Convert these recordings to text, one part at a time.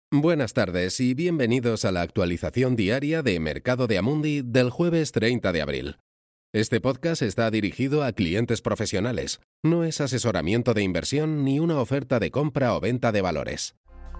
Buenas tardes y bienvenidos a la actualización diaria de Mercado de Amundi del jueves 30 de abril. Este podcast está dirigido a clientes profesionales, no es asesoramiento de inversión ni una oferta de compra o venta de valores.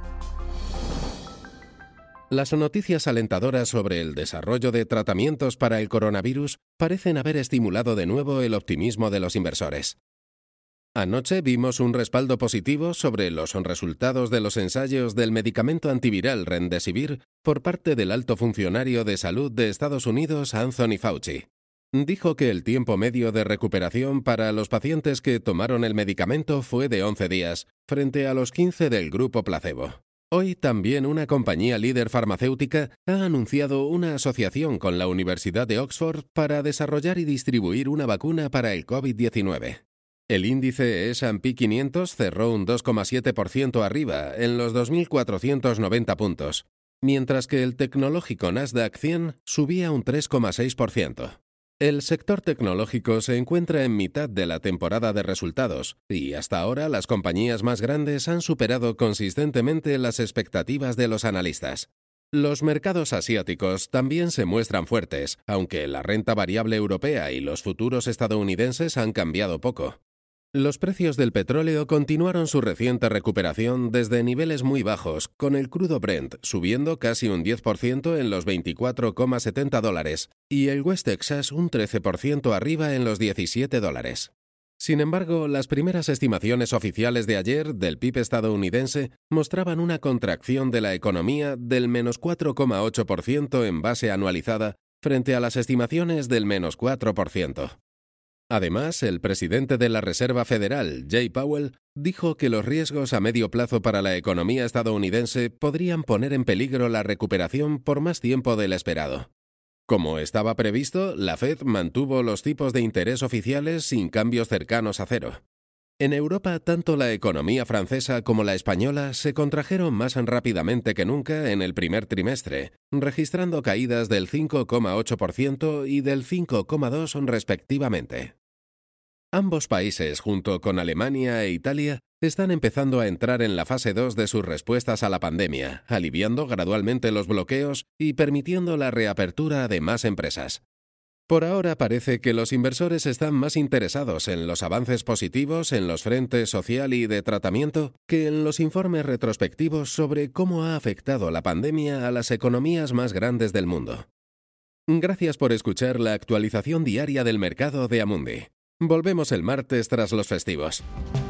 Las noticias alentadoras sobre el desarrollo de tratamientos para el coronavirus parecen haber estimulado de nuevo el optimismo de los inversores. Anoche vimos un respaldo positivo sobre los resultados de los ensayos del medicamento antiviral Remdesivir por parte del alto funcionario de salud de Estados Unidos, Anthony Fauci. Dijo que el tiempo medio de recuperación para los pacientes que tomaron el medicamento fue de 11 días, frente a los 15 del grupo placebo. Hoy también una compañía líder farmacéutica ha anunciado una asociación con la Universidad de Oxford para desarrollar y distribuir una vacuna para el COVID-19. El índice S&P 500 cerró un 2,7% arriba en los 2.490 puntos, mientras que el tecnológico Nasdaq 100 subía un 3,6%. El sector tecnológico se encuentra en mitad de la temporada de resultados y hasta ahora las compañías más grandes han superado consistentemente las expectativas de los analistas. Los mercados asiáticos también se muestran fuertes, aunque la renta variable europea y los futuros estadounidenses han cambiado poco. Los precios del petróleo continuaron su reciente recuperación desde niveles muy bajos, con el crudo Brent subiendo casi un 10% en los $24,70 y el West Texas un 13% arriba en los $17. Sin embargo, las primeras estimaciones oficiales de ayer del PIB estadounidense mostraban una contracción de la economía del menos 4,8% en base anualizada frente a las estimaciones del menos 4%. Además, el presidente de la Reserva Federal, Jay Powell, dijo que los riesgos a medio plazo para la economía estadounidense podrían poner en peligro la recuperación por más tiempo del esperado. Como estaba previsto, la Fed mantuvo los tipos de interés oficiales sin cambios cercanos a cero. En Europa, tanto la economía francesa como la española se contrajeron más rápidamente que nunca en el primer trimestre, registrando caídas del 5,8% y del 5,2% respectivamente. Ambos países, junto con Alemania e Italia, están empezando a entrar en la fase 2 de sus respuestas a la pandemia, aliviando gradualmente los bloqueos y permitiendo la reapertura de más empresas. Por ahora parece que los inversores están más interesados en los avances positivos en los frentes social y de tratamiento que en los informes retrospectivos sobre cómo ha afectado la pandemia a las economías más grandes del mundo. Gracias por escuchar la actualización diaria del mercado de Amundi. Volvemos el martes tras los festivos.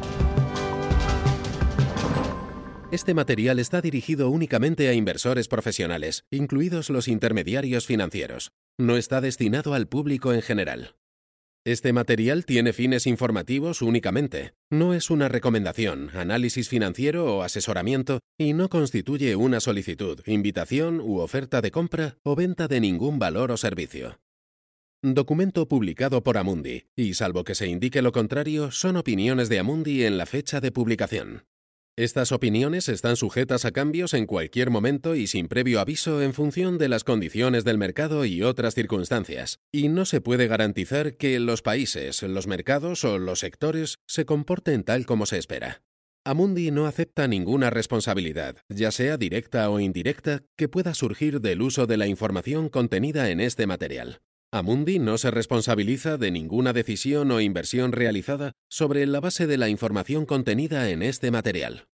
Este material está dirigido únicamente a inversores profesionales, incluidos los intermediarios financieros. No está destinado al público en general. Este material tiene fines informativos únicamente. No es una recomendación, análisis financiero o asesoramiento y no constituye una solicitud, invitación u oferta de compra o venta de ningún valor o servicio. Documento publicado por Amundi, y salvo que se indique lo contrario, son opiniones de Amundi en la fecha de publicación. Estas opiniones están sujetas a cambios en cualquier momento y sin previo aviso en función de las condiciones del mercado y otras circunstancias, y no se puede garantizar que los países, los mercados o los sectores se comporten tal como se espera. Amundi no acepta ninguna responsabilidad, ya sea directa o indirecta, que pueda surgir del uso de la información contenida en este material. Amundi no se responsabiliza de ninguna decisión o inversión realizada sobre la base de la información contenida en este material.